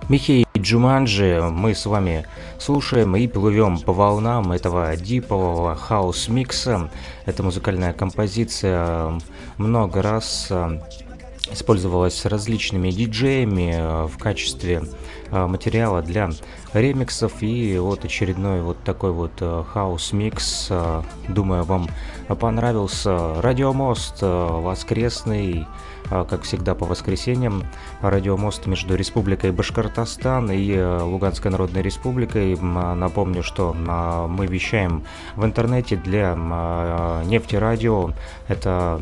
Михей Джуманджи мы с вами слушаем и плывем по волнам этого дипового хаус-микса. Эта музыкальная композиция много раз использовалась различными диджеями в качестве материала для ремиксов. И вот очередной вот такой вот хаус-микс, думаю, вам понравился. Радиомост воскресный, как всегда по воскресеньям. Радиомост между Республикой Башкортостан и Луганской Народной Республикой. Напомню, что мы вещаем в интернете для нефтерадио. Это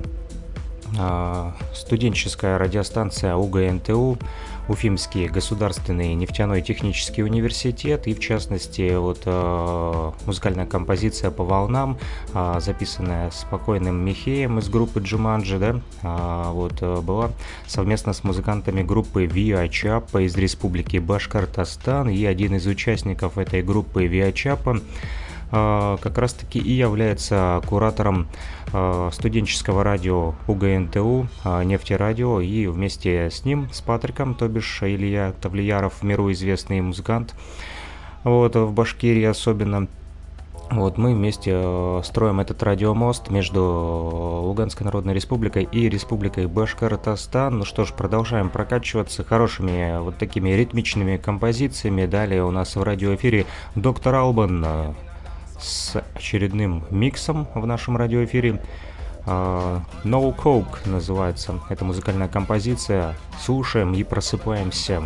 студенческая радиостанция УГНТУ, Уфимский государственный нефтяной технический университет, и в частности вот музыкальная композиция «По волнам», записанная спокойным Михеем из группы Джуманджи, да, вот была совместно с музыкантами группы Виачапа из Республики Башкортостан, и один из участников этой группы Виачапа как раз-таки и является куратором студенческого радио УГНТУ, нефтерадио, и вместе с ним, с Патриком, то бишь Илья Тавлияров, в миру известный музыкант, вот, в Башкирии особенно. Вот мы вместе строим этот радиомост между Луганской Народной Республикой и Республикой Башкортостан. Ну что ж, продолжаем прокачиваться хорошими вот такими ритмичными композициями. Далее у нас в радиоэфире доктор Албан с очередным миксом в нашем радиоэфире. No Coke называется эта музыкальная композиция. Слушаем и просыпаемся.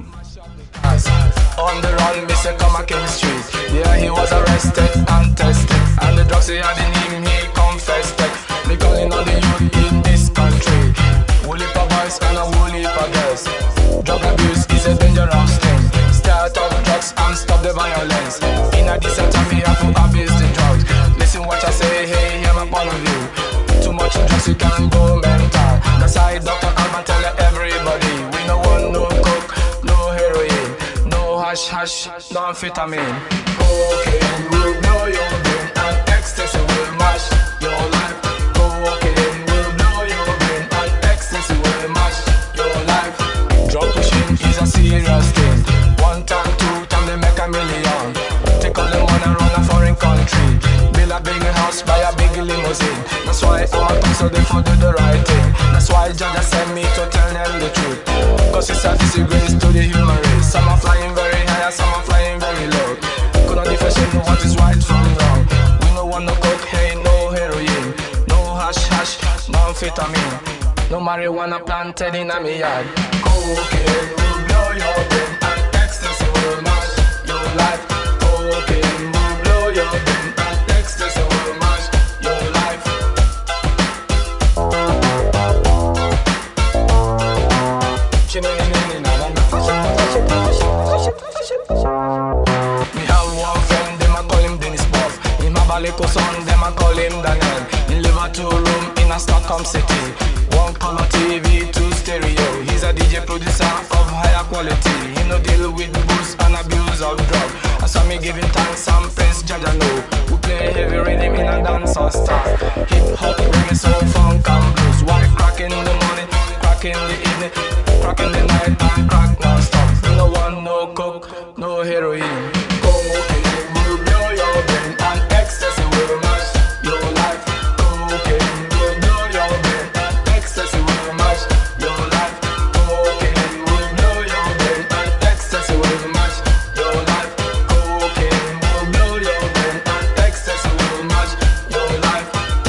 On the run, Mr. Come King Street. Yeah, he was arrested and tested, and the drugs he had in him, he confessed it. They calling on the youth in this country. Woolly for boys and a woolly for girls. Drug abuse is a dangerous thing. Start off drugs and stop the violence. In a decent time, we have to abuse the drugs. Listen what I say, hey, hear my point of view. Too much drugs, you can go mental. That's why Dr. Alban tell everybody, we no want no coke, no heroin, no hash hash, no amphetamine. Cocaine will blow your brain, and ecstasy will mash your life. Cocaine will blow your brain, and ecstasy will mash your life. Drug pushing is a serious thing. One time, two time, they make a million. Take all the money, run a foreign country. Build a big house, buy a big limousine. That's why I'm a so they for do the right thing. That's why Jah sent me to tell them the truth. Cause it's a disgrace to the human race. Some are flying very high, some are flying very low. Could not differentiate what is right from wrong. We no want no cocaine, no heroin, no hash hash, no amphetamine, no marijuana planted in a me yard. Cocaine will blow your brain, and ecstasy will mash your life. Cocaine will blow your brain, and ecstasy will mash your life. Me have one friend, them a call him Dennis Buff. In my Balico son, them a call him Daniel. He live a 2-room in a Stockholm city. One color TV, 2 stereo. He's a DJ producer of higher quality. He no deal with booze and abuse of drug. I saw me giving thanks and praise, Jaja know. We play heavy rhythm in a dancehall style. Hip hop, reggae, soul, funk and blues. Wife crack in the morning, crack in the evening, crack in the night and crack non-stop. No one, no coke, no heroin. Cocaine will blow your brain, and ecstasy will mash your life. Cocaine will blow your brain, and ecstasy will mash your life. Cocaine will blow your brain, and ecstasy will mash your life. Cocaine will blow your brain, and ecstasy will mash your life.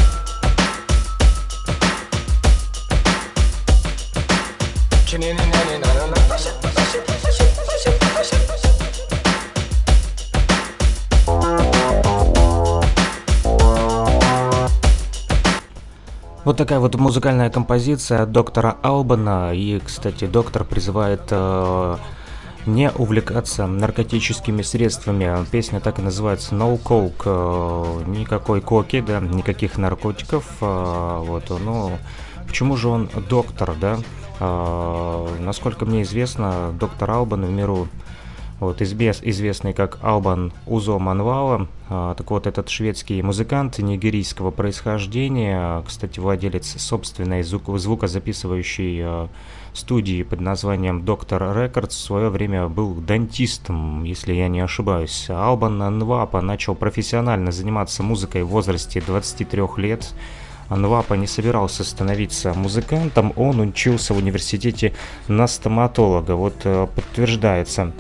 Вот такая вот музыкальная композиция от доктора Албана. И, кстати, доктор призывает не увлекаться наркотическими средствами. Песня так и называется No Coke. Никакой коки, да, никаких наркотиков. Вот, ну, почему же он доктор, да? Насколько мне известно, доктор Албан в миру вот, известный как Албан Узо Манвала. Так вот, этот шведский музыкант нигерийского происхождения, кстати, владелец собственной звукозаписывающей студии под названием Доктор Рекордс, в свое время был дантистом, если я не ошибаюсь. Албан Нвапа начал профессионально заниматься музыкой в возрасте 23 лет. Нвапа не собирался становиться музыкантом, он учился в университете на стоматолога. Вот подтверждаются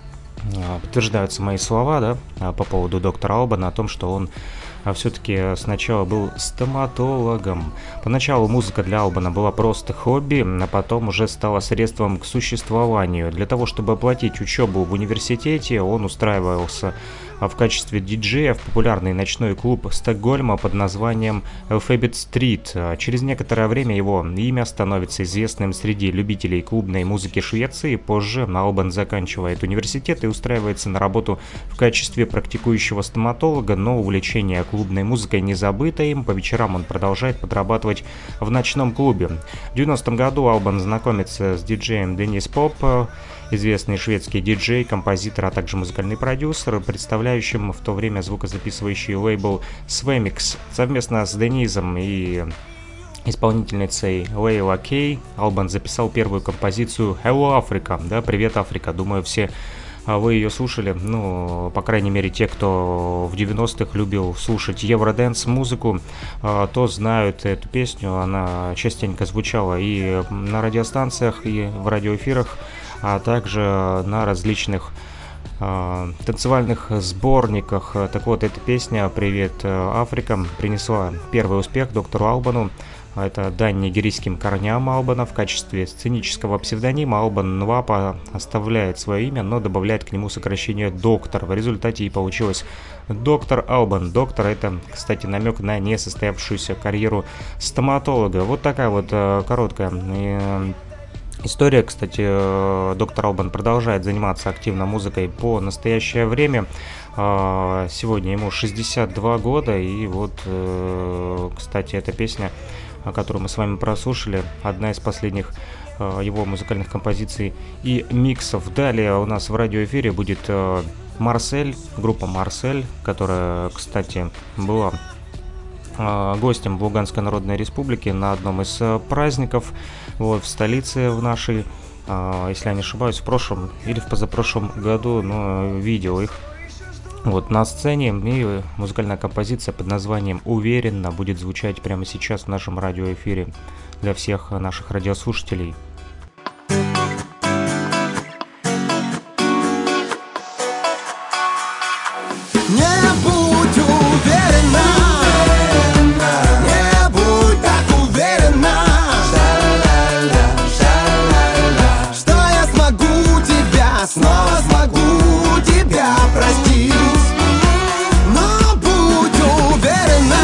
мои слова, да, по поводу доктора Албана, о том, что он все-таки сначала был стоматологом. Поначалу музыка для Албана была просто хобби, а потом уже стала средством к существованию. Для того, чтобы оплатить учебу в университете, он устраивался в качестве диджея в популярный ночной клуб Стокгольма под названием Alphabet Street. Через некоторое время его имя становится известным среди любителей клубной музыки Швеции. Позже Албан заканчивает университет и устраивается на работу в качестве практикующего стоматолога, но увлечение клубной музыкой не забыто им. По вечерам он продолжает подрабатывать в ночном клубе. В 90-м году Албан знакомится с диджеем Денис Поп, известный шведский диджей, композитор, а также музыкальный продюсер, представляющим в то время звукозаписывающий лейбл Swemix. Совместно с Денизом и исполнительницей Лейла Кей Албан записал первую композицию Hello Africa, да, «Привет, Африка». Думаю, все вы ее слушали, ну, по крайней мере, те, кто в 90-х любил слушать евродэнс музыку, то знают эту песню. Она частенько звучала и на радиостанциях, и в радиоэфирах, а также на различных танцевальных сборниках. Так вот, эта песня «Привет, Африка» принесла первый успех доктору Албану. Это дань нигерийским корням Албана. В качестве сценического псевдонима Албан Нвапа оставляет свое имя, но добавляет к нему сокращение «доктор». В результате и получилось доктор Албан. Доктор — это, кстати, намек на несостоявшуюся карьеру стоматолога. Вот такая вот короткая история. Кстати, доктор Албан продолжает заниматься активно музыкой по настоящее время. Сегодня ему 62 года. И вот, кстати, эта песня, которую мы с вами прослушали, одна из последних его музыкальных композиций и миксов. Далее у нас в радиоэфире будет Марсель, группа Марсель, которая, кстати, была гостем в Луганской Народной Республике на одном из праздников, вот, в столице в нашей, если я не ошибаюсь, в прошлом или в позапрошлом году, но видел их вот на сцене, и музыкальная композиция под названием «Уверенно» будет звучать прямо сейчас в нашем радиоэфире для всех наших радиослушателей. Снова смогу тебя простить, но будь уверена,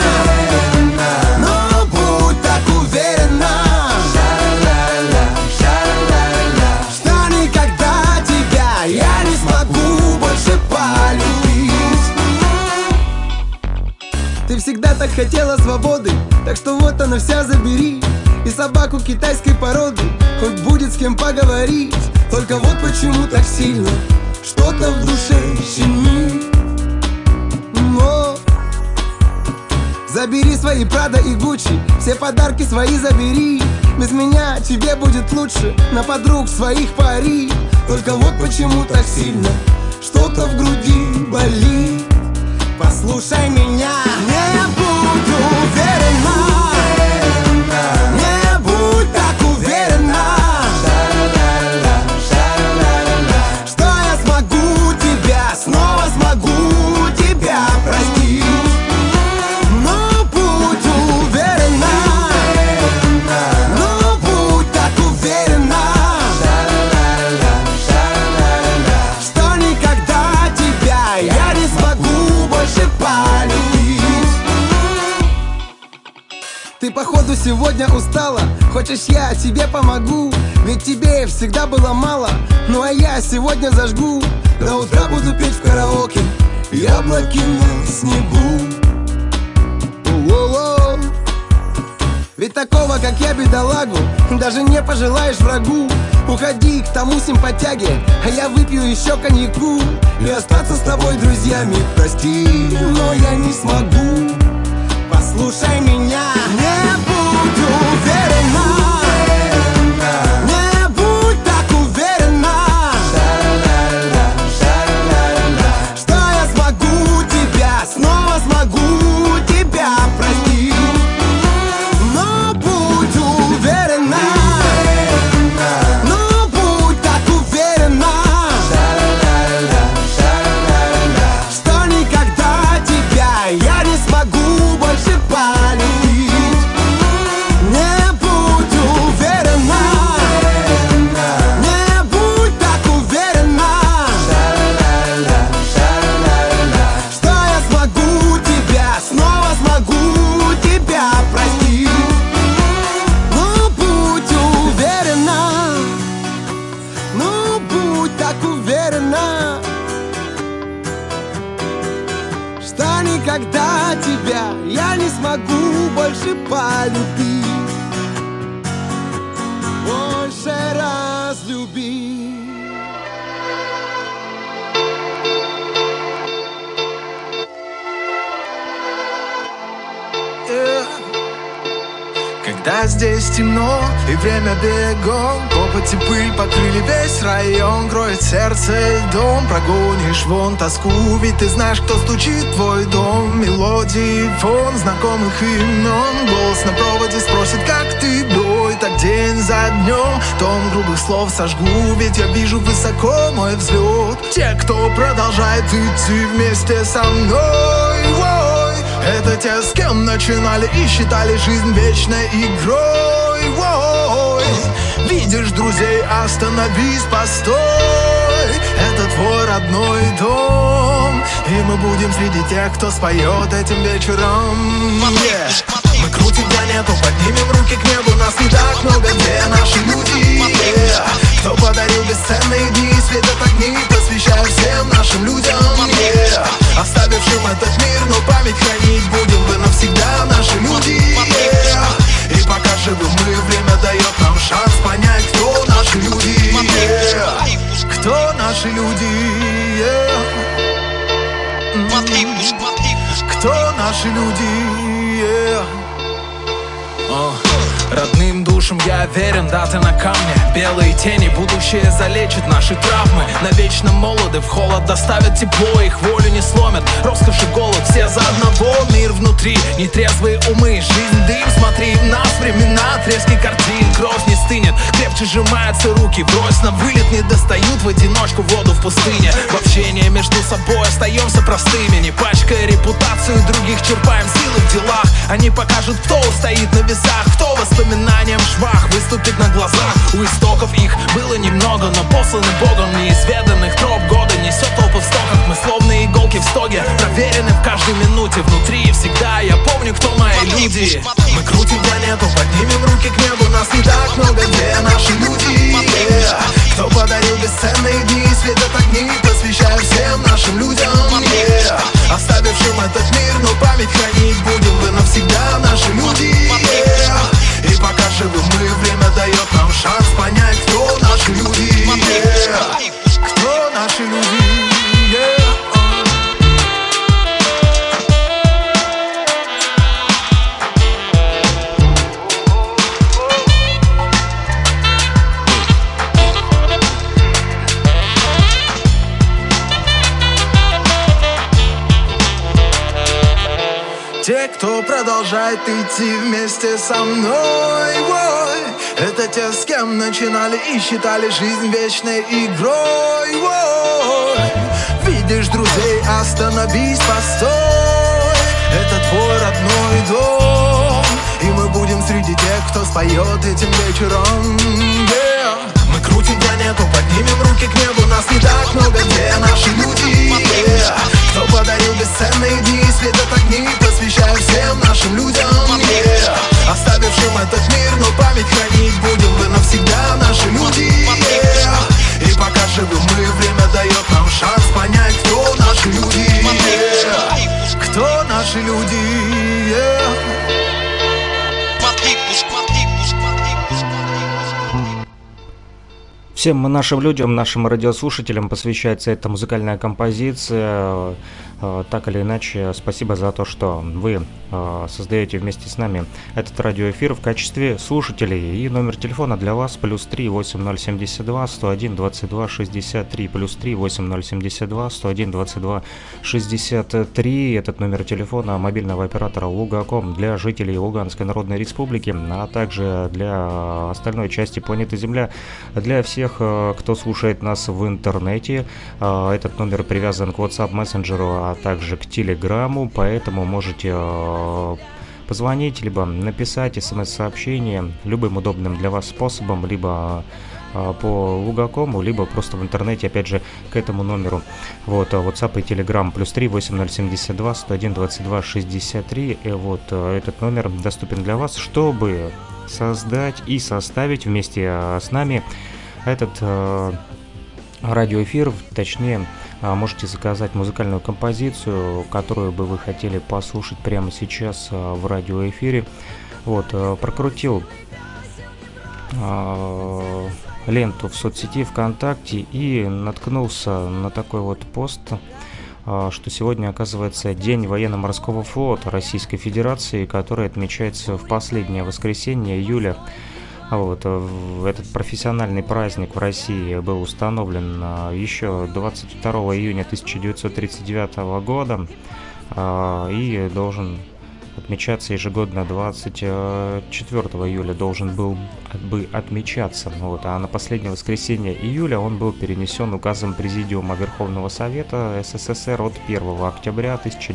но будь так уверена, что никогда тебя я не смогу больше полюбить. Ты всегда так хотела свободы, так что вот она вся, забери. И собаку китайской породы, хоть будет с кем поговорить. Только вот почему так сильно что-то в душе щемит. Забери свои Прада и Гуччи, все подарки свои забери. Без меня тебе будет лучше, на подруг своих пари. Только вот почему так сильно что-то в груди болит. Послушай меня, не будь уверена, не будь так уверена, что я смогу тебя, снова смогу тебя простить. Но будь уверена, но будь так уверена, что никогда тебя я не смогу больше полюбить. Ты походу сегодня устала, хочешь я тебе помогу, ведь тебе всегда было мало. Ну а я сегодня зажгу, до утра буду петь в караоке яблоки на снегу. Ведь такого, как я, бедолагу, даже не пожелаешь врагу. Уходи к тому симпатяге, а я выпью еще коньяку и остаться с тобой друзьями. Прости, но я не смогу. Послушай меня. Не будь уверена, не будь так уверена, что я смогу тебя, снова смогу тебя простить. Но будь уверена, но будь так уверена, что никогда тебя я не смогу больше полюбить. Не будь уверена, не будь так уверена, что я смогу тебя, снова смогу тебя простить. Ну будь уверена, ну будь так уверена, что никогда тебя я не смогу больше полюбить, больше разлюбить. Когда здесь темно и время бегом, копоть и пыль покрыли весь район. Кроет сердце льдом, прогонишь вон тоску, ведь ты знаешь, кто стучит в твой дом. Мелодии, фон знакомых имен, голос на проводе спросит, как ты, бой. Так день за днем, тон грубых слов сожгу, ведь я вижу высоко мой взлет. Те, кто продолжает идти вместе со мной, это те, с кем начинали и считали жизнь вечной игрой. Видишь друзей, остановись, постой. Это твой родной дом, и мы будем среди тех, кто споет этим вечером. Мы крутим планету, поднимем руки к небу. Нас не так много, где наши люди, кто подарил бесценные дни, светят огни, посвящая всем нашим людям, оставившим этот мир, но память хранить будем вы навсегда, наши люди, И пока живы мы, время дает нам шанс понять, кто наши люди, Кто наши люди, Кто наши люди, Родным душам я верен, даты на камне, белые тени, будущее залечит наши травмы. Навечно молоды, в холод доставят тепло, их волю не сломят, роскошь и голод, все за одного. Мир внутри, нетрезвые умы, жизнь дым, смотри нас, времена, отрезки картин. Кровь не стынет, крепче сжимаются руки, брось на вылет, не достают в одиночку воду в пустыне. В общении между собой остаемся простыми, не пачкая репутацию других, черпаем силы в делах. Они покажут, кто устоит на весах, кто воспоминаниям швах выступит на глазах. У истоков их было немного, но посланы Богом неизведанных троп года несет толпы в стоках. Мы словно иголки в стоге, проверены в каждой минуте. Внутри всегда я помню, кто мои люди. Мы крутим планету, поднимем руки к небу. Нас не так много, где наши люди, кто подарил бесценные дни, светят огни, посвящая всем нашим людям, оставившим этот мир, но память хранить будем вы навсегда, наши люди, И пока живы мы, время дает нам шанс понять, кто наши люди, Кто наши люди, Те, кто продолжает идти вместе со мной, это те, с кем начинали и считали жизнь вечной игрой, Видишь друзей, остановись, постой. Это твой родной дом, и мы будем среди тех, кто споет этим вечером, Мы крутим планету, поднимем руки к небу. Нас не так много, где наши люди, кто подарил бесценные дни, светят огни, посвящая всем нашим людям, оставившим этот мир, но память хранить будем вы навсегда, наши люди, И пока живы мы, время дает нам шанс понять, кто наши люди, Кто наши люди, Всем нашим людям, нашим радиослушателям посвящается эта музыкальная композиция. Так или иначе, спасибо за то, что вы создаете вместе с нами этот радиоэфир в качестве слушателей. И номер телефона для вас +3 8072 101 22 63 +3 8072 101 22 63. Этот номер телефона мобильного оператора Лугаком для жителей Луганской Народной Республики, а также для остальной части планеты Земля, для всех, кто слушает нас в интернете. Этот номер привязан к WhatsApp мессенджеру, а также к Телеграму, поэтому можете позвонить, либо написать смс-сообщение любым удобным для вас способом, либо по Лугакому, либо просто в интернете, опять же, к этому номеру. Вот, WhatsApp и Telegram +3 8072 101 22 63. И вот этот номер доступен для вас, чтобы создать и составить вместе с нами этот радиоэфир, точнее, можете заказать музыкальную композицию, которую бы вы хотели послушать прямо сейчас в радиоэфире. Вот, прокрутил ленту в соцсети ВКонтакте и наткнулся на такой вот пост, что сегодня, оказывается, День военно-морского флота Российской Федерации, который отмечается в последнее воскресенье июля. Вот, этот профессиональный праздник в России был установлен еще 22 июня 1939 года и должен отмечаться ежегодно 24 июля должен был бы отмечаться. Вот, а на последнее воскресенье июля он был перенесен указом Президиума Верховного Совета СССР от 1 октября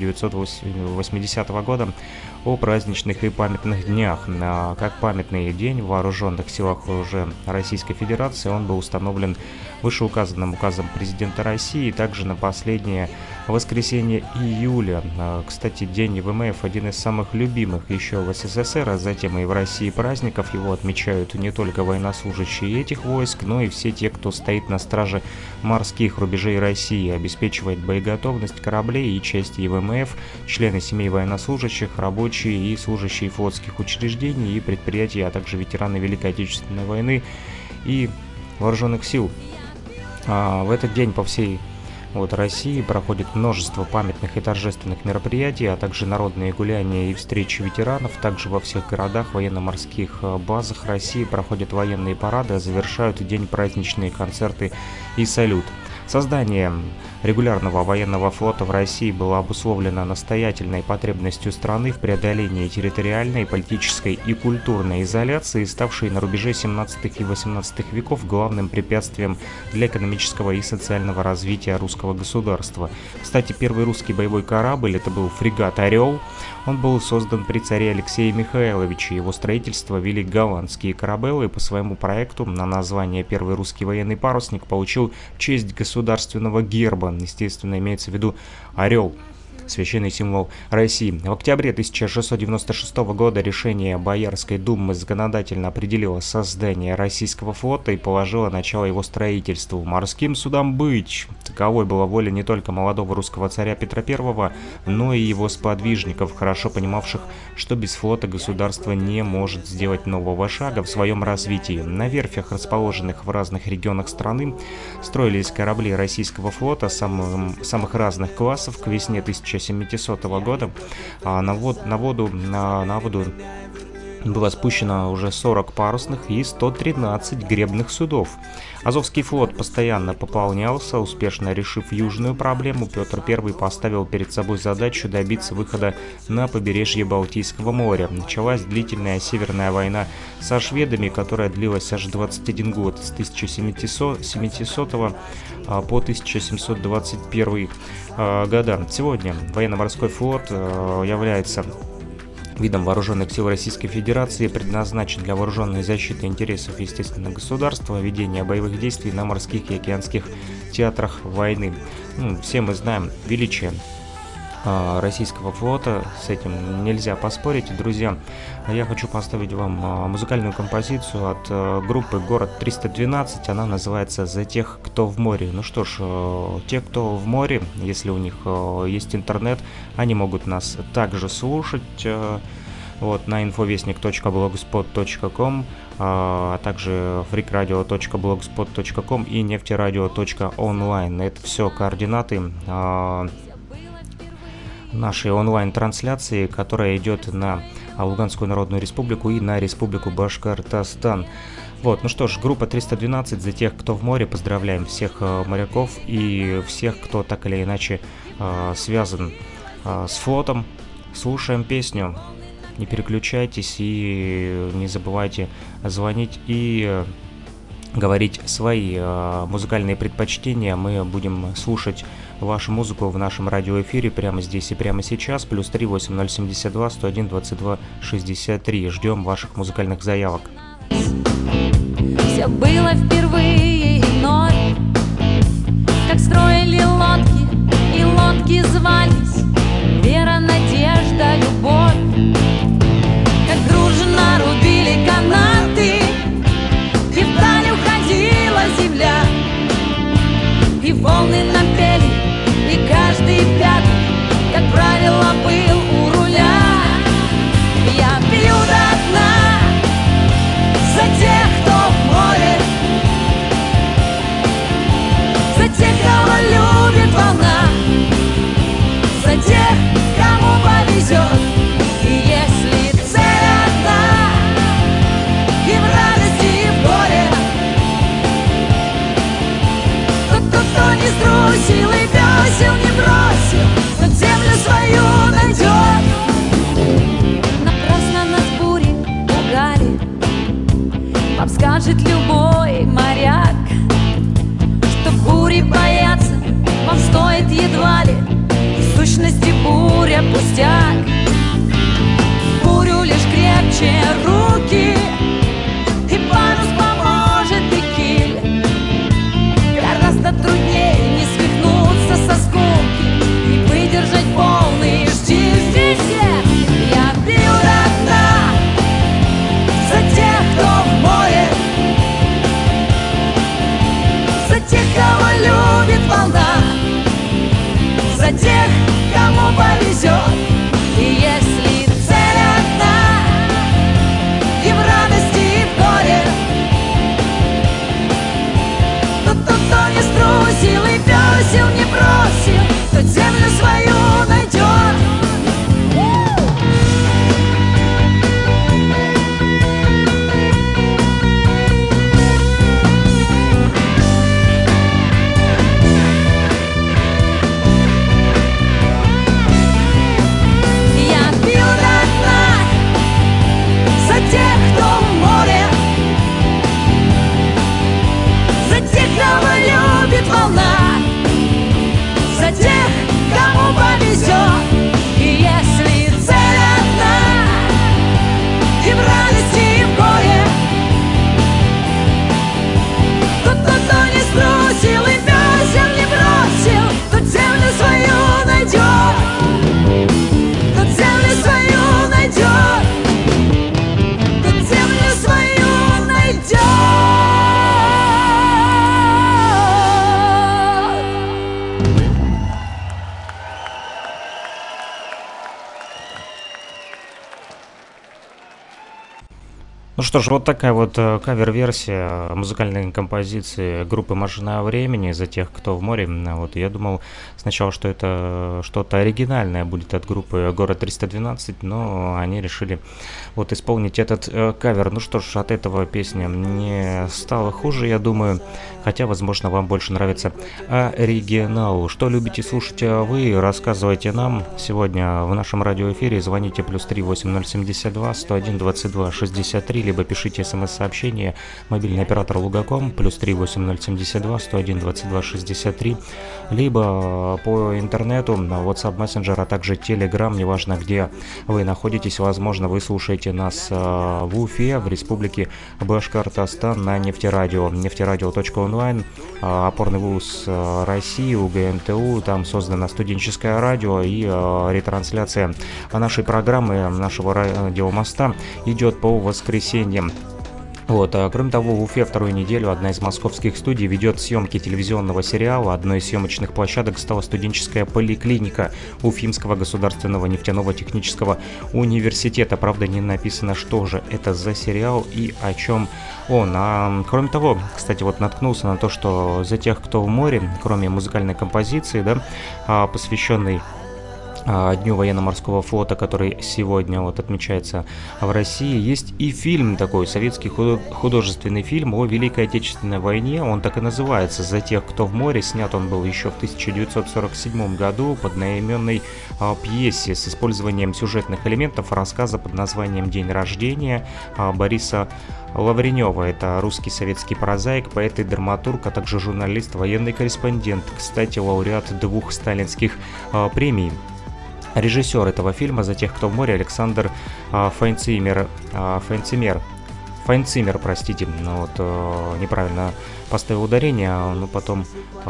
1980 года о праздничных и памятных днях. Как памятный день в Вооруженных силах уже Российской Федерации он был установлен вышеуказанным указом президента России, также на последнее воскресенье июля. Кстати, День ВМФ один из самых любимых еще в СССР, а затем и в России праздников. Его отмечают не только военнослужащие этих войск, но и все те, кто стоит на страже морских рубежей России, обеспечивает боеготовность кораблей и части ВМФ, члены семей военнослужащих, рабочие и служащие флотских учреждений и предприятий, а также ветераны Великой Отечественной войны и вооруженных сил. В этот день по всей России проходит множество памятных и торжественных мероприятий, а также народные гуляния и встречи ветеранов. Также во всех городах, военно-морских базах России проходят военные парады, а завершают день праздничные концерты и салют. Создание регулярного военного флота в России было обусловлено настоятельной потребностью страны в преодолении территориальной, политической и культурной изоляции, ставшей на рубеже 17 и 18 веков главным препятствием для экономического и социального развития русского государства. Кстати, первый русский боевой корабль — это был фрегат «Орел». Он был создан при царе Алексее Михайловиче. Его строительство вели голландские корабелы. По своему проекту на название первый русский военный парусник получил честь государственного герба. Естественно, имеется в виду орел, священный символ России. В октябре 1696 года решение Боярской думы законодательно определило создание российского флота и положило начало его строительству. Морским судам быть. Таковой была воля не только молодого русского царя Петра I, но и его сподвижников, хорошо понимавших, что без флота государство не может сделать нового шага в своем развитии. На верфях, расположенных в разных регионах страны, строились корабли российского флота самых разных классов. К весне 1700 года на воду было спущено уже 40 парусных и 113 гребных судов. Азовский флот постоянно пополнялся. Успешно решив южную проблему, Петр I поставил перед собой задачу добиться выхода на побережье Балтийского моря. Началась длительная Северная война со шведами, которая длилась аж 21 год, с 1700 по 1721 года. Сегодня военно-морской флот является видом вооруженных сил Российской Федерации, предназначен для вооруженной защиты интересов, естественно, государства, ведения боевых действий на морских и океанских театрах войны. Все мы знаем величие российского флота, с этим нельзя поспорить. Друзья, я хочу поставить вам музыкальную композицию от группы «Город 312», она называется «За тех, кто в море». Ну что ж, те, кто в море, если у них есть интернет, они могут нас также слушать вот, на infovestnik.blogspot.com, а также freakradio.blogspot.com и нефтерадио.онлайн. Это все координаты нашей онлайн-трансляции, которая идет на Луганскую Народную Республику и на Республику Башкортостан. Вот, ну что ж, группа 312 за тех, кто в море. Поздравляем всех моряков и всех, кто так или иначе связан с флотом. Слушаем песню, не переключайтесь и не забывайте звонить и говорить свои музыкальные предпочтения. Мы будем слушать вашу музыку в нашем радиоэфире прямо здесь и прямо сейчас. +3 8072 101 22 63. Ждем ваших музыкальных заявок. Все было впервые и вновь, как строили лодки, и лодки звались вера, надежда, любовь. Как дружно рубили канаты, и вдаль уходила земля, и волны напели, и каждый пятый, как правило, был у руля. Я пью до дна за тех, кто в море, за тех, кого любит волна, за тех, кому повезет. И если цель одна, и в радости, и в горе, то тот, кто не струсил и весел не бросил, тот землю свою найдет. Напрасно нас бури пугали, вам скажет любой моряк, что бури бояться вам стоит едва ли, и в сущности буря пустяк. Бурю лишь крепче руки, и парус поможет, и киль. Гораздо труднее не свихнуться со скуки и выдержать волны. Жди здесь, я пью до дна за тех, кто в море, за тех, кого любит волна, за тех, кому повезет. И если цель одна, и в радости, и в горе, то тот, кто не струсил и весел не бросил, тот землю свою найдет. Я пью до дна за тех, кто в море, за тех, кого любит волна, за тех, кому повезет. И если цель одна, и в радости, и в горе, то тот, кто не струсил и весел не бросил, тот землю свою найдет, тот землю свою найдет, тот землю свою найдет. Ну что ж, вот такая вот кавер-версия музыкальной композиции группы «Машина времени» за тех, кто в море. Вот я думал сначала, что это что-то оригинальное будет от группы «Город 312», но они решили вот исполнить этот кавер. Ну что ж, от этого песня не стала хуже, я думаю, хотя, возможно, вам больше нравится оригинал. Что любите слушать вы, рассказывайте нам сегодня в нашем радиоэфире. Звоните +3 8072 101 22 63, либо пишите смс-сообщение, мобильный оператор Лугаком, +3 8072 101 22 63, либо по интернету, на WhatsApp Messenger, а также Telegram, неважно где вы находитесь, возможно, вы слушаете нас в Уфе, в Республике Башкортостан на нефтерадио, нефтерадио.онлайн, опорный вуз России, УГНТУ, там создано студенческое радио, и ретрансляция нашей программы, нашего радиомоста идет по воскресеньям. Вот, кроме того, в Уфе вторую неделю одна из московских студий ведет съемки телевизионного сериала. Одной из съемочных площадок стала студенческая поликлиника Уфимского государственного нефтяного технического университета. Правда, не написано, что же это за сериал и о чем он. Кроме того, кстати, вот наткнулся на то, что «За тех, кто в море», кроме музыкальной композиции, да, посвященной Дню военно-морского флота, который сегодня вот отмечается в России, есть и фильм такой, советский художественный фильм о Великой Отечественной войне. Он так и называется «За тех, кто в море». Снят он был еще в 1947 году по одноименной пьесе с использованием сюжетных элементов рассказа под названием «День рождения» Бориса Лавренева. Это русский советский прозаик, поэт и драматург, а также журналист, военный корреспондент. Кстати, лауреат 2 сталинских премий. Режиссер этого фильма «За тех, кто в море» Александр Файнцимер, простите, неправильно поставил ударение, но потом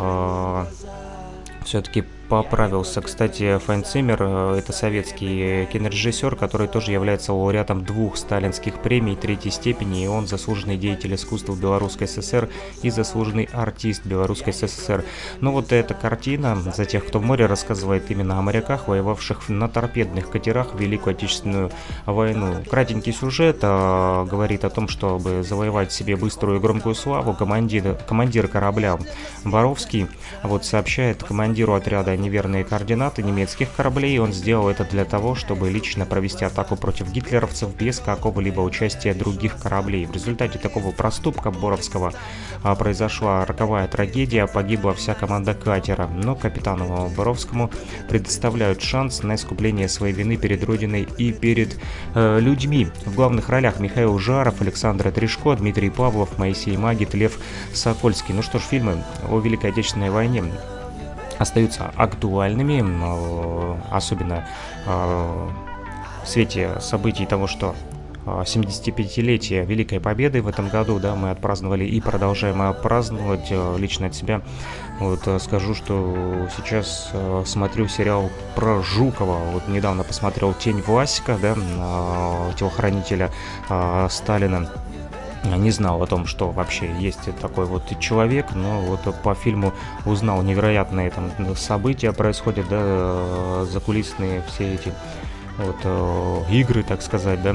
все-таки поправился. Кстати, Файнцимер – это советский кинорежиссер, который тоже является лауреатом 2 сталинских премий 3-й степени, и он заслуженный деятель искусства Белорусской ССР и заслуженный артист Белорусской ССР. Но вот эта картина «За тех, кто в море» рассказывает именно о моряках, воевавших на торпедных катерах в Великую Отечественную войну. Кратенький сюжет говорит о том, чтобы завоевать себе быструю и громкую славу, командир корабля Боровский сообщает командиру отряда неверные координаты немецких кораблей. Он сделал это для того, чтобы лично провести атаку против гитлеровцев без какого-либо участия других кораблей. В результате такого проступка Боровского произошла роковая трагедия, погибла вся команда катера. Но капитану Боровскому предоставляют шанс на искупление своей вины перед Родиной и перед людьми. В главных ролях Михаил Жаров, Александра Тришко, Дмитрий Павлов, Моисей Магит, Лев Сокольский. Ну что ж, фильмы о Великой Отечественной войне остаются актуальными, особенно в свете событий того, что 75-летие Великой Победы в этом году, да, мы отпраздновали и продолжаем отпраздновать. Лично от себя скажу, что сейчас смотрю сериал про Жукова. Недавно посмотрел «Тень Власика», да, телохранителя Сталина. Не знал о том, что вообще есть такой человек, но по фильму узнал невероятные там события происходят, да, закулисные все эти игры, так сказать, да,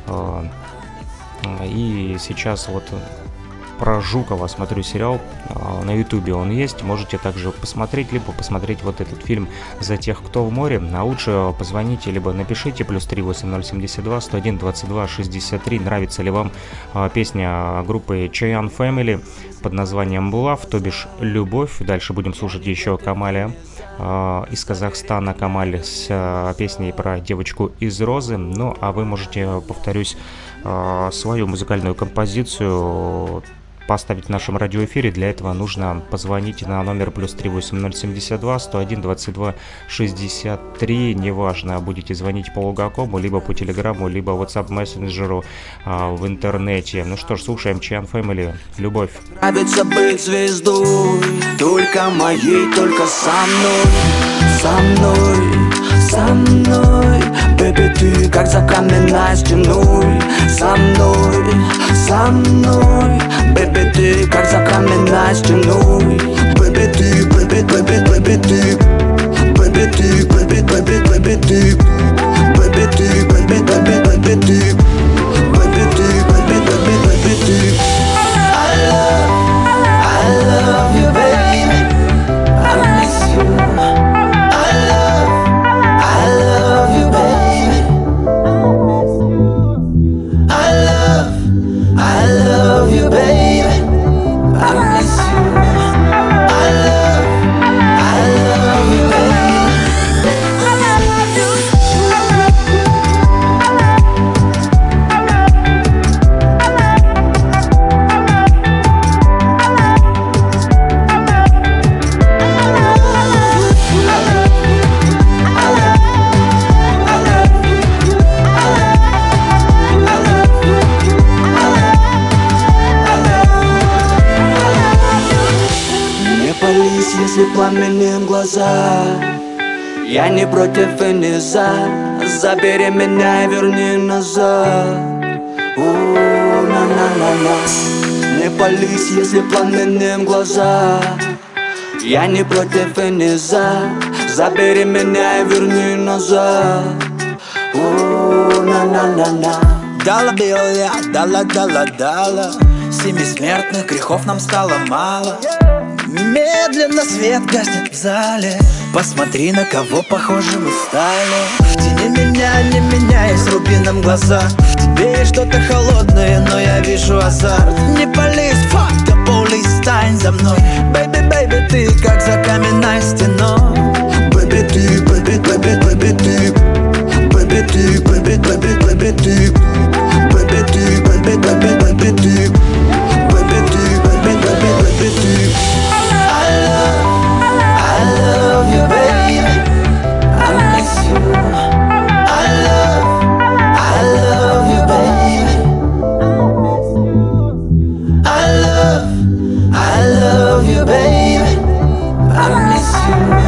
и сейчас про Жукова смотрю сериал, на ютубе он есть, можете также посмотреть, либо посмотреть этот фильм «За тех, кто в море», а лучше позвоните, либо напишите +3 8072 101 22 63, нравится ли вам песня группы Cheyenne Family под названием «Love», то бишь «Любовь». Дальше будем слушать еще Камаля из Казахстана, Камаль с песней про девочку из Розы. Ну, а вы можете, повторюсь, свою музыкальную композицию поставить в нашем радиоэфире. Для этого нужно позвонить на номер +3 8072 101 22 63. Неважно, будете звонить по Лугакому, либо по Телеграмму, либо WhatsApp мессенджеру в интернете. Ну что ж, слушаем Cheyenne Family «Любовь». Нравится быть звездой, только моей, только со мной, бэби, ты как за каменной стеной, со мной, бэби, ты как за каменной стеной, бэби, ты, бэби, бэби, бэби, ты, бэби, ты, бэби, бэби, бэби, ты, бэби, ты, бэби, бэби, бэби, ты, бэби, ты, бэби, бэби, бэби, ты. I love you, baby. I miss you. I love you, baby. I love you, baby. I miss you. I love you, baby. Если пламенеем глаза, я не против и не за. Забери меня и верни назад. На-на-на-на. на-на-на. Не пались, если пламенем глаза. Я не против и не за. Забери меня и верни назад. О, на-на-на-на. Дала белая, дала. Семи смертных грехов нам стало мало. Медленно свет гаснет в зале. Посмотри, на кого похожи мы стали. В тени меня, не меняй с рубином глаза. В тебе есть что-то холодное, но я вижу азарт. Не пались, fuck the police, стань за мной. Baby, baby, ты как за каменной стеной. Baby, ты, baby, baby, baby, ты. Baby, ты, baby, baby, baby, ты. Baby, ты, baby, baby, baby, ты. Baby, ты, baby, baby, baby, ты. I love you, baby. I miss you. I love you, baby. I love you, baby. I miss you.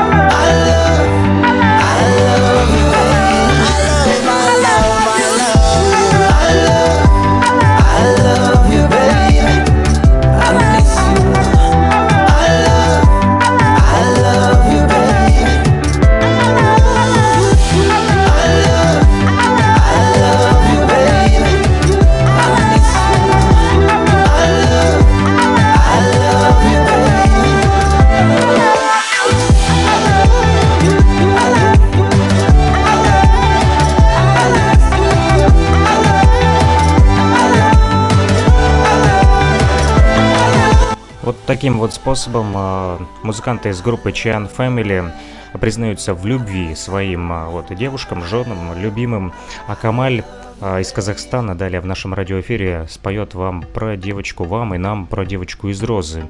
Таким вот способом музыканты из группы Чиан Family признаются в любви своим девушкам, женам, любимым. А Камаль из Казахстана далее в нашем радиоэфире споет вам про девочку, вам и нам про девочку из Розы.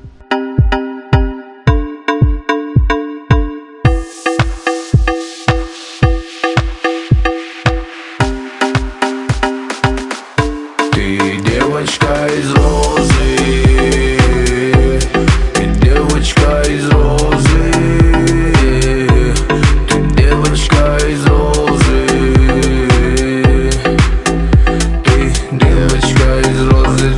Ты девочка из Розы. Из розы, ты девочка из розы, ты девочка из розы,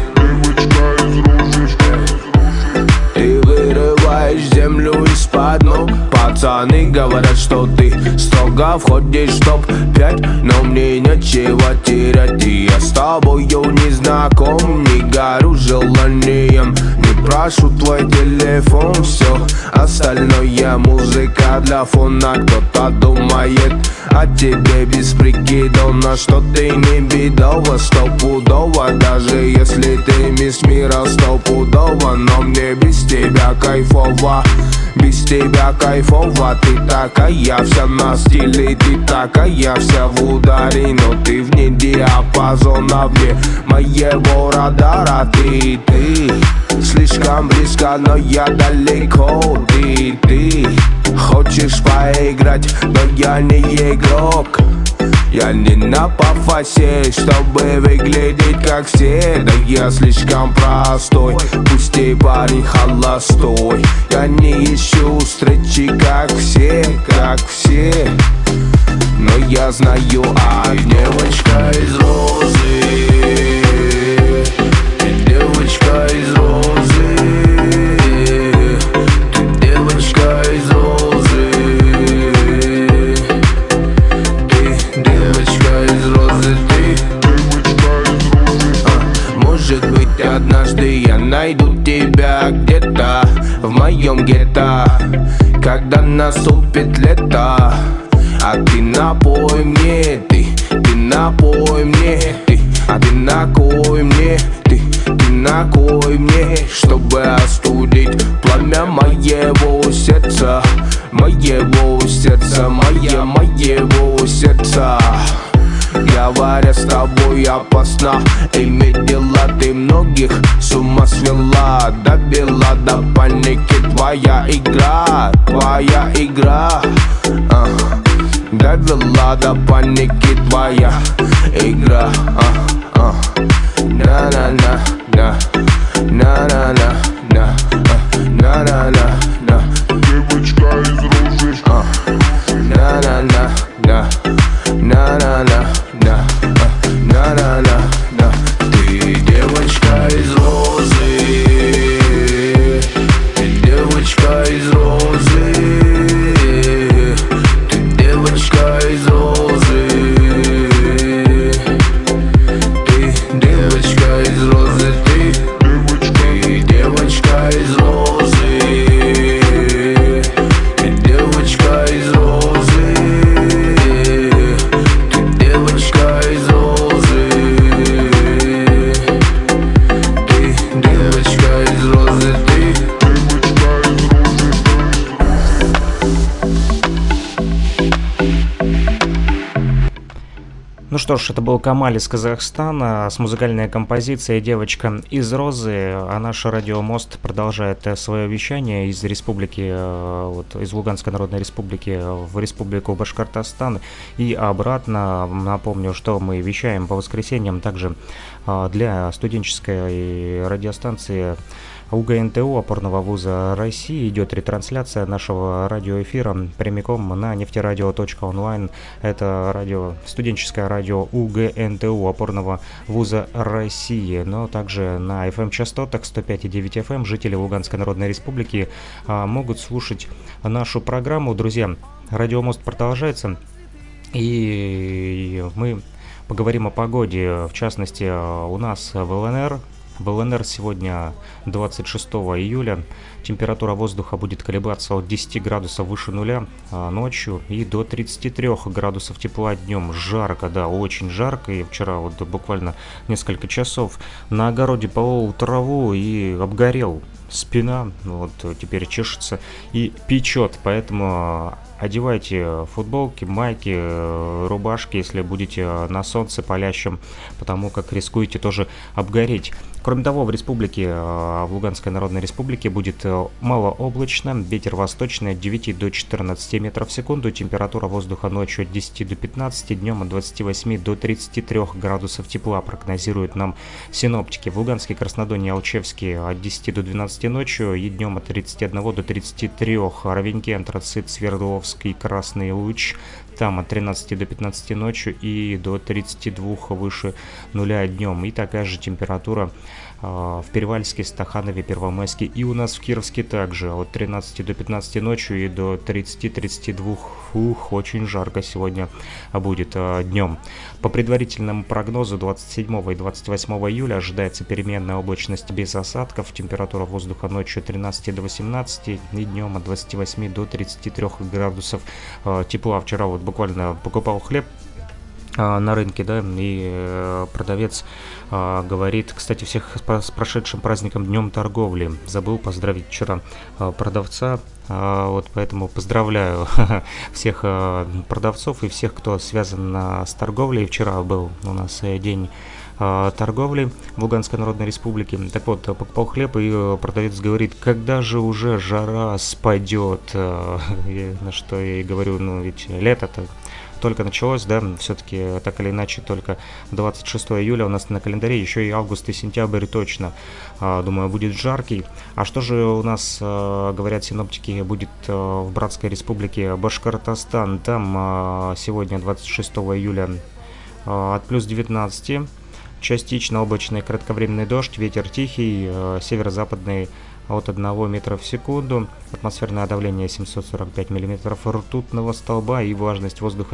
ты вырываешь землю из-под ног. Пацаны говорят, что ты строго входишь в топ-5, но мне нечего терять, и я с тобою не знаком, не горю желанием. Прошу твой телефон, все остальное музыка для фона. Кто-то думает о тебе без прикидона, что ты не бедова, стопудово. Даже если ты мисс мира стопудово, но мне без тебя кайфово. Без тебя кайфово, ты такая вся на стиле, ты такая вся в ударе, но ты вне диапазона, вне моего радара. Ты слишком близко, но я далеко. Ты хочешь поиграть, но я не игрок. Я не на пафосе, чтобы выглядеть как все. Да я слишком простой, пусть и парень холостой. Я не ищу встречи, как все, но я знаю, девочка из розы, девочка из розы, ты девочка из розы, ты девочка из розы, Может быть, однажды я найду тебя где-то в моем гетто, когда наступит лето. А ты напой мне, ты напой мне, а ты накой мне, ты накой мне, чтобы остудить пламя моего сердца, моего сердца. Говоря с тобой опасно иметь дела, ты многих с ума свела, довела до паники твоя игра, довела до паники твоя игра. На-на-на, на-на-на, на-на-на, девочка из розы. На-на-на, на-на-на, на-на-на, ты девочка. что ж, это был Камаль из Казахстана с музыкальной композицией «Девочка из Розы». А наш радиомост продолжает свое вещание из республики, вот, из Луганской Народной Республики в Республику Башкортостан и обратно. Напомню, что мы вещаем по воскресеньям также для студенческой радиостанции УГНТУ опорного вуза России идет ретрансляция нашего радиоэфира прямиком на нефтерадио.онлайн. Это радио, студенческое радио УГНТУ опорного вуза России, но также на FM-частотах 105,9 FM жители Луганской Народной Республики могут слушать нашу программу. Друзья, радиомост продолжается, и мы поговорим о погоде. В частности, у нас в ЛНР. В ЛНР сегодня 26 июля температура воздуха будет колебаться от 10 градусов выше нуля ночью и до 33 градусов тепла днем. Жарко, да, очень жарко. И вчера вот буквально несколько часов на огороде полол траву и обгорел. Спина вот теперь чешется и печет, поэтому одевайте футболки, майки, рубашки, если будете на солнце палящем, потому как рискуете тоже обгореть. Кроме того, в республике, в Луганской Народной Республике будет малооблачно, ветер восточный от 9 до 14 метров в секунду, температура воздуха ночью от 10 до 15, днем от 28 до 33 градусов тепла, прогнозируют нам синоптики. В Луганске, Краснодоне, Алчевске от 10 до 12 ночью и днем от 31 до 33, Ровеньке, Антрацит, Свердловский, Красный Луч, там от 13 до 15 ночью и до 32 выше нуля днем. И такая же температура в Перевальске, Стаханове, Первомайске и у нас в Кировске также от 13 до 15 ночью и до 30-32. Очень жарко сегодня будет днем. По предварительному прогнозу 27 и 28 июля ожидается переменная облачность без осадков. Температура воздуха ночью от 13 до 18 и днем от 28 до 33 градусов тепла. Вчера вот буквально покупал хлеб на рынке, да, и продавец говорит, кстати, всех с прошедшим праздником Днем торговли. Забыл поздравить вчера продавца, вот поэтому поздравляю всех продавцов и всех, кто связан с торговлей. Вчера был у нас день торговли в Луганской Народной Республике. Так вот, покупал хлеб, и продавец говорит, когда же уже жара спадет? На что я и говорю, ну ведь лето-то только началось, да, все-таки так или иначе только 26 июля у нас на календаре, еще и август и сентябрь точно, думаю, будет жаркий. А что же у нас, говорят синоптики, будет в братской республике Башкортостан? Там сегодня 26 июля от плюс 19, частично облачный кратковременный дождь, ветер тихий, северо-западный от 1 метра в секунду, атмосферное давление 745 миллиметров ртутного столба и влажность воздуха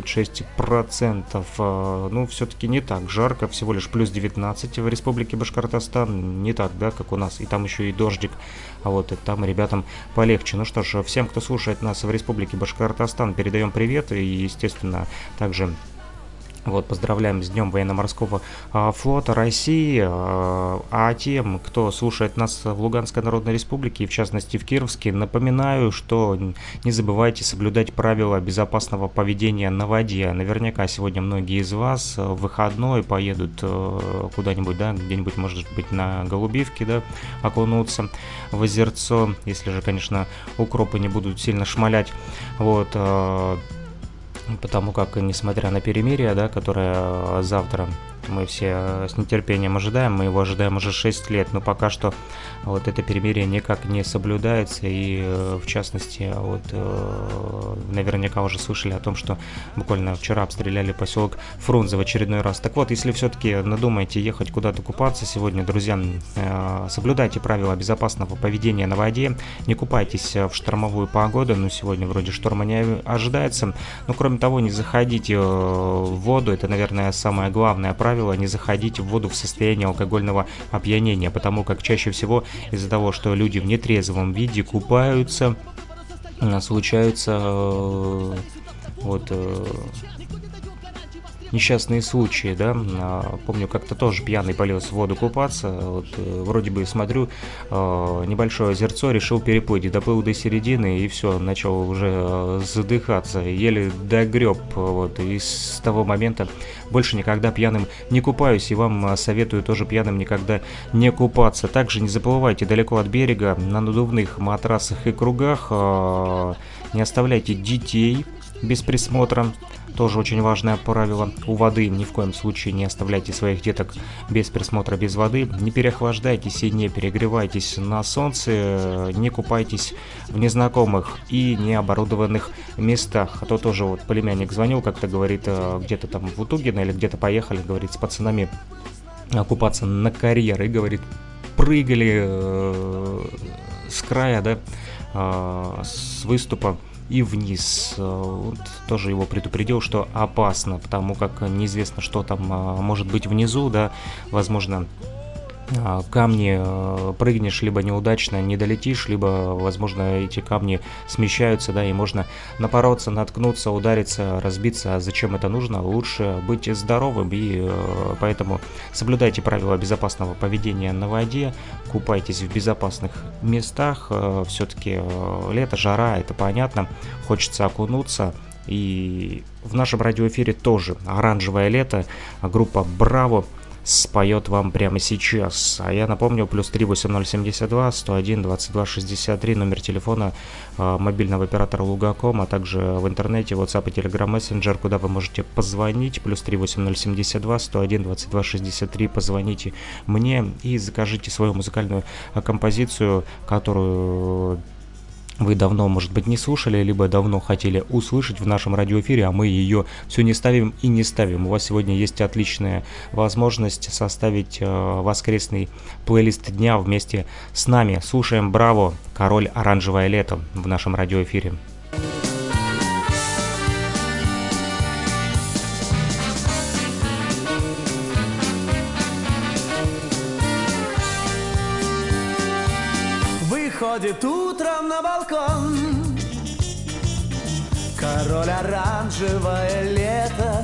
76%. Ну, все-таки не так жарко, всего лишь плюс 19 в республике Башкортостан, не так, да, как у нас, и там еще и дождик, а вот и там ребятам полегче. Ну что ж, всем, кто слушает нас в республике Башкортостан, передаем привет и, естественно, также вот, поздравляем с Днем военно-морского флота России. А тем, кто слушает нас в Луганской Народной Республике, и в частности в Кировске, напоминаю, что не забывайте соблюдать правила безопасного поведения на воде. Наверняка сегодня многие из вас в выходной поедут куда-нибудь, да, где-нибудь, может быть, на Голубивке, да, окунуться в озерцо, если же, конечно, укропы не будут сильно шмалять. Вот, потому как, несмотря на перемирие, да, которое завтра мы все с нетерпением ожидаем, мы его ожидаем уже 6 лет, но пока что вот это перемирие никак не соблюдается, и в частности, вот наверняка уже слышали о том, что буквально вчера обстреляли поселок Фрунзе в очередной раз. Так вот, если все-таки надумаете ехать куда-то купаться сегодня, друзья, соблюдайте правила безопасного поведения на воде, не купайтесь в штормовую погоду, но сегодня вроде шторма не ожидается, но кроме того, не заходите в воду, это, наверное, самое главное правило, не заходить в воду в состоянии алкогольного опьянения, потому как чаще всего из-за того, что люди в нетрезвом виде купаются, случаются вот несчастные случаи, да. Помню, как-то тоже пьяный полез в воду купаться, вот, вроде бы смотрю, небольшое озерцо, решил переплыть, доплыл до середины и все, начал уже задыхаться, еле догреб, вот, и с того момента больше никогда пьяным не купаюсь, и вам советую тоже пьяным никогда не купаться. Также не заплывайте далеко от берега, на надувных матрасах и кругах, не оставляйте детей без присмотра. Тоже очень важное правило. У воды ни в коем случае не оставляйте своих деток без присмотра, без воды. Не переохлаждайтесь и не перегревайтесь на солнце. Не купайтесь в незнакомых и необорудованных местах. А то тоже вот племянник звонил, как-то говорит, где-то там в Утугино или где-то поехали, говорит, с пацанами купаться на карьер. И, говорит, прыгали с края, да, с выступа и вниз. Вот, тоже его предупредил, что опасно, потому как неизвестно, что там может быть внизу, да, возможно, камни, прыгнешь, либо неудачно не долетишь, либо, возможно, эти камни смещаются, да, и можно напороться, наткнуться, удариться, разбиться. А зачем это нужно? Лучше быть здоровым, и поэтому соблюдайте правила безопасного поведения на воде, купайтесь в безопасных местах. Все-таки лето, жара, это понятно, хочется окунуться. И в нашем радиоэфире тоже «Оранжевое лето», группа «Браво» споет вам прямо сейчас. А я напомню, +3 8072 101 22 63, номер телефона мобильного оператора Лугаком, а также в интернете, WhatsApp и Telegram Messenger, куда вы можете позвонить. +3 8072 101 22 63. Позвоните мне и закажите свою музыкальную композицию, которую вы давно, может быть, не слушали, либо давно хотели услышать в нашем радиоэфире, а мы ее все не ставим и не ставим. У вас сегодня есть отличная возможность составить воскресный плейлист дня вместе с нами. Слушаем «Браво», «Король оранжевое лето» в нашем радиоэфире. Выходит утром на балкон король оранжевое лето,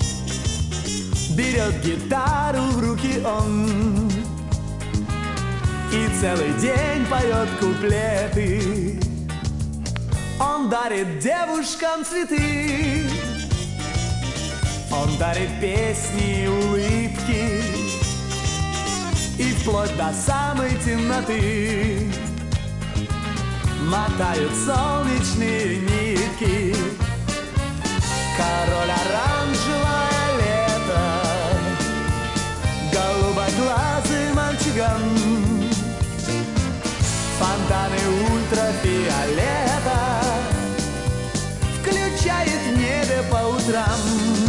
берет гитару в руки он и целый день поет куплеты. Он дарит девушкам цветы, он дарит песни и улыбки, и вплоть до самой темноты мотают солнечные нитки. Король оранжевое лето, голубоглазый мальчуган, фонтаны ультрафиолета включает в небе по утрам.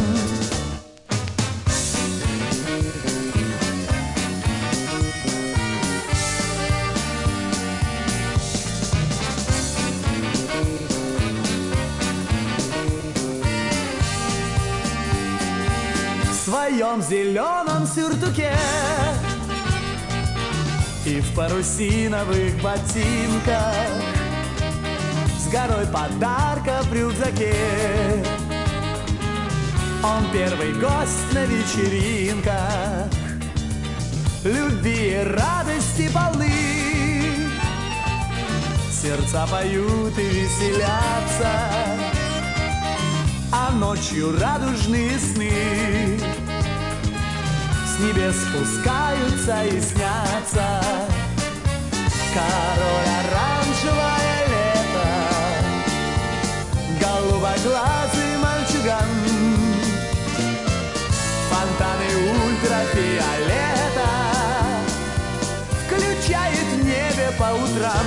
В своем зеленом сюртуке и в парусиновых ботинках, с горой подарков в рюкзаке, он первый гость на вечеринках, любви и радости полны, сердца поют и веселятся, а ночью радужные сны с небес спускаются и снятся. Король оранжевое лето, голубоглазый мальчуган, фонтаны ультрафиолета включает в небе по утрам.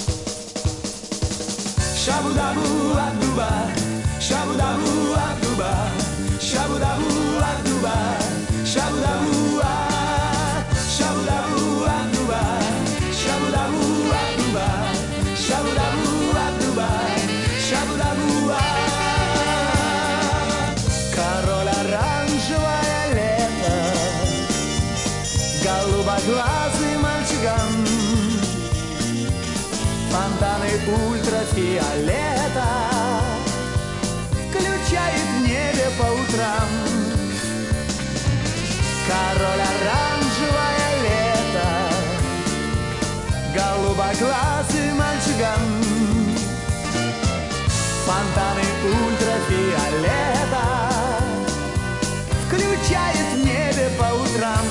Шабудабу адуба, шабудабу адуба, шабудабу адуба, шабудабу а, шабудабу адуба, шабудабу адуба, шабудабу адуба, шабудабу а. Король оранжевое лето, голубоглазый мальчуган, фонтаны ультрафиолета включает в небе по утрам. король оранжевое лето, голубоглазый мальчуган, фонтаны ультрафиолета включает в небе по утрам.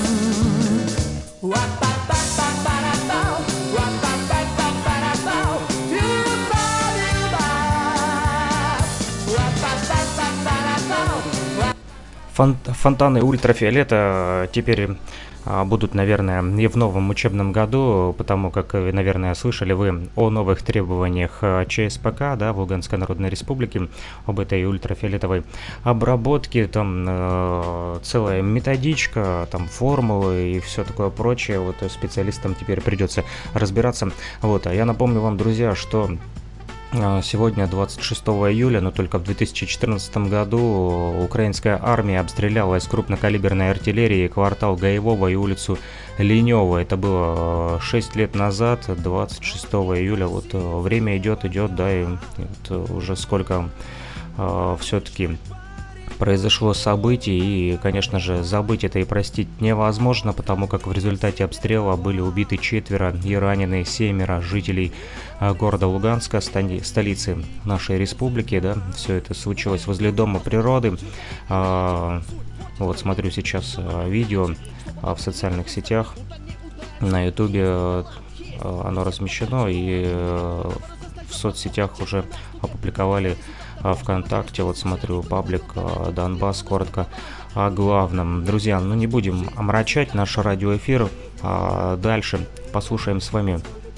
Фонтаны ультрафиолета теперь будут, наверное, и в новом учебном году, потому как, наверное, слышали вы о новых требованиях ЧСПК, да, в Луганской Народной Республике, об этой ультрафиолетовой обработке, там целая методичка, там формулы и все такое прочее, вот специалистам теперь придется разбираться. Вот, а я напомню вам, друзья, что сегодня, 26 июля, но только в 2014 году, украинская армия обстреляла из крупнокалиберной артиллерии квартал Гаевого и улицу Ленёва. Это было 6 лет назад, 26 июля. Вот время идет, да, и вот уже сколько все-таки произошло событий, и, конечно же, забыть это и простить невозможно, потому как в результате обстрела были убиты 4 и ранены 7 жителей города Луганска, столицы нашей республики, да, все это случилось возле Дома природы. Вот смотрю сейчас видео в социальных сетях, на ютубе оно размещено, и в соцсетях уже опубликовали ВКонтакте, вот смотрю, паблик Донбасс, коротко о главном. Друзья, ну не будем омрачать наш радиоэфир, дальше послушаем с вами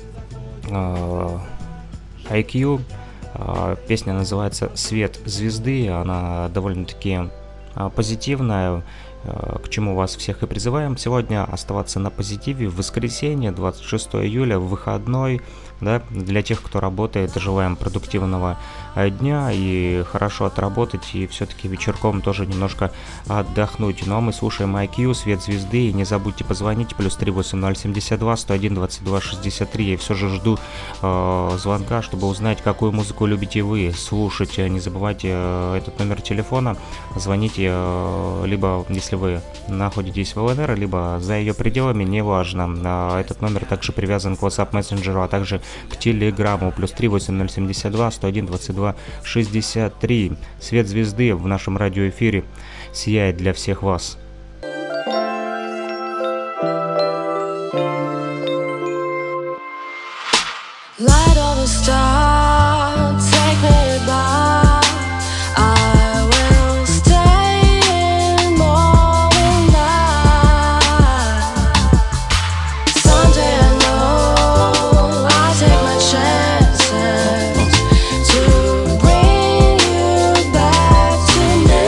IQ, песня называется «Свет звезды», она довольно-таки позитивная, к чему вас всех и призываем сегодня оставаться на позитиве. В воскресенье, 26 июля, в выходной, да, для тех, кто работает, желаем продуктивного дня и хорошо отработать, и все-таки вечерком тоже немножко отдохнуть. Ну а мы слушаем IQ, «Свет звезды», и не забудьте позвонить, плюс 38072 101 22 63. Я все же жду звонка, чтобы узнать, какую музыку любите вы слушать. Не забывайте этот номер телефона, звоните, либо если вы находитесь в ЛНР, либо за ее пределами, неважно. Этот номер также привязан к WhatsApp мессенджеру, а также к Телеграму, плюс 38072 101 22 63. Свет звезды в нашем радиоэфире сияет для всех вас. Light of a star, take me back. I will stay in morning light. Someday I know I'll take my chances to bring you back to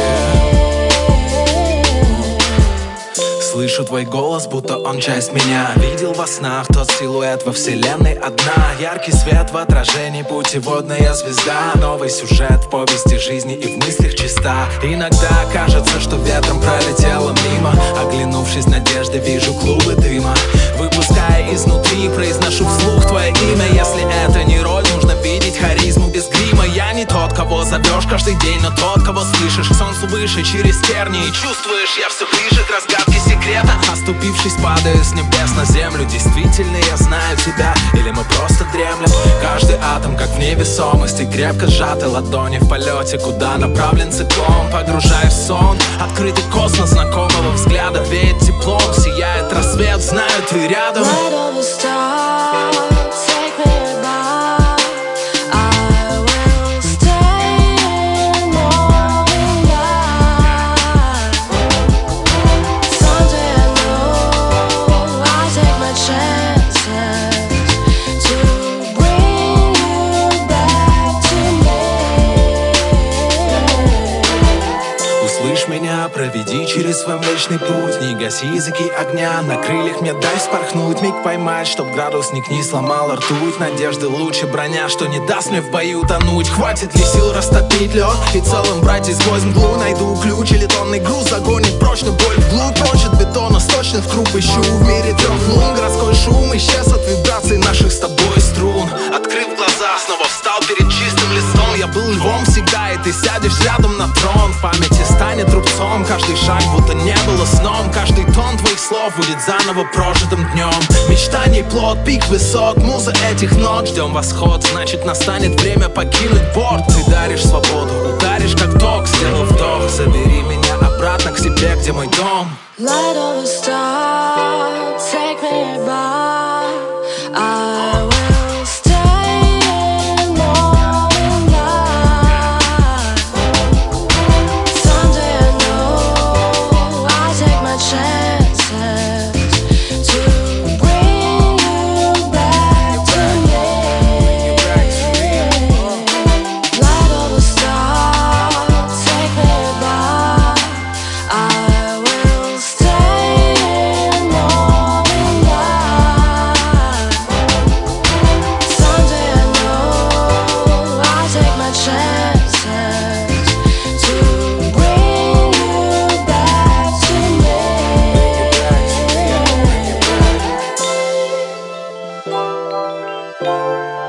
me. Слышу твой голос, будто он часть меня. Видел во снах тот силуэт во вселенной одна. Яркий свет в отражении, путеводная звезда. Новый сюжет в повести жизни и в мыслях чиста. Иногда кажется, что ветром пролетела мимо. Оглянувшись надеждой, вижу клубы дыма. Выпуская изнутри, произношу вслух твое имя. Если это не роль, нужно видеть харизму без грима. Я не тот, кого зовешь каждый день, но тот, кого слышишь. К солнцу выше, через тернии. Чувствуешь, я все ближе к разгадке секрета. Оступившись, падаю с небес на землю. Действительно я знаю тебя, или мы просто дремлем? Каждый атом, как в невесомости, крепко сжаты ладони в полете. Куда направлен циклон, погружая в сон. Открытый космос знакомого взгляда веет теплом. Сияет рассвет, знаю, ты рядом. Light of a star, take me back. I will stay in morning light. Someday I know I'll take my chances to bring you back to me. Услышь меня, проведи через свой млечный путь. Не гаси языки огня, на крыльях мне дай вспорхнуть. Миг поймать, чтоб градусник не сломал ртуть. Надежды лучше броня, что не даст мне в бою тонуть. Хватит ли сил растопить лед и целым брать сквозь мглу? Найду ключ или тонный груз, загонит прочно боль вглубь. Прочь от бетона, сточный в круг ищу. В мире трех лун городской шум исчез от вибраций наших с тобой струн. Открыв глаза, снова встал перед чистым листом. Я был львом всегда, и ты сядешь рядом на трон. В памяти станет рубцом лицом. Каждый шаг будто не было сном. Каждый тон твоих слов будет заново прожитым днем. Мечтаний плод, пик высот, муза этих нот. Ждем восход, значит настанет время покинуть борт. Ты даришь свободу, ударишь как ток. Сделав вдох, забери меня обратно к себе, где мой дом. Light of a star, take me back. I will stay in all night. Someday I know I'll take my chances to bring you back to me. Light of a star, take me back. I will stay in all night. Someday I know I'll take my chances to bring you back to me.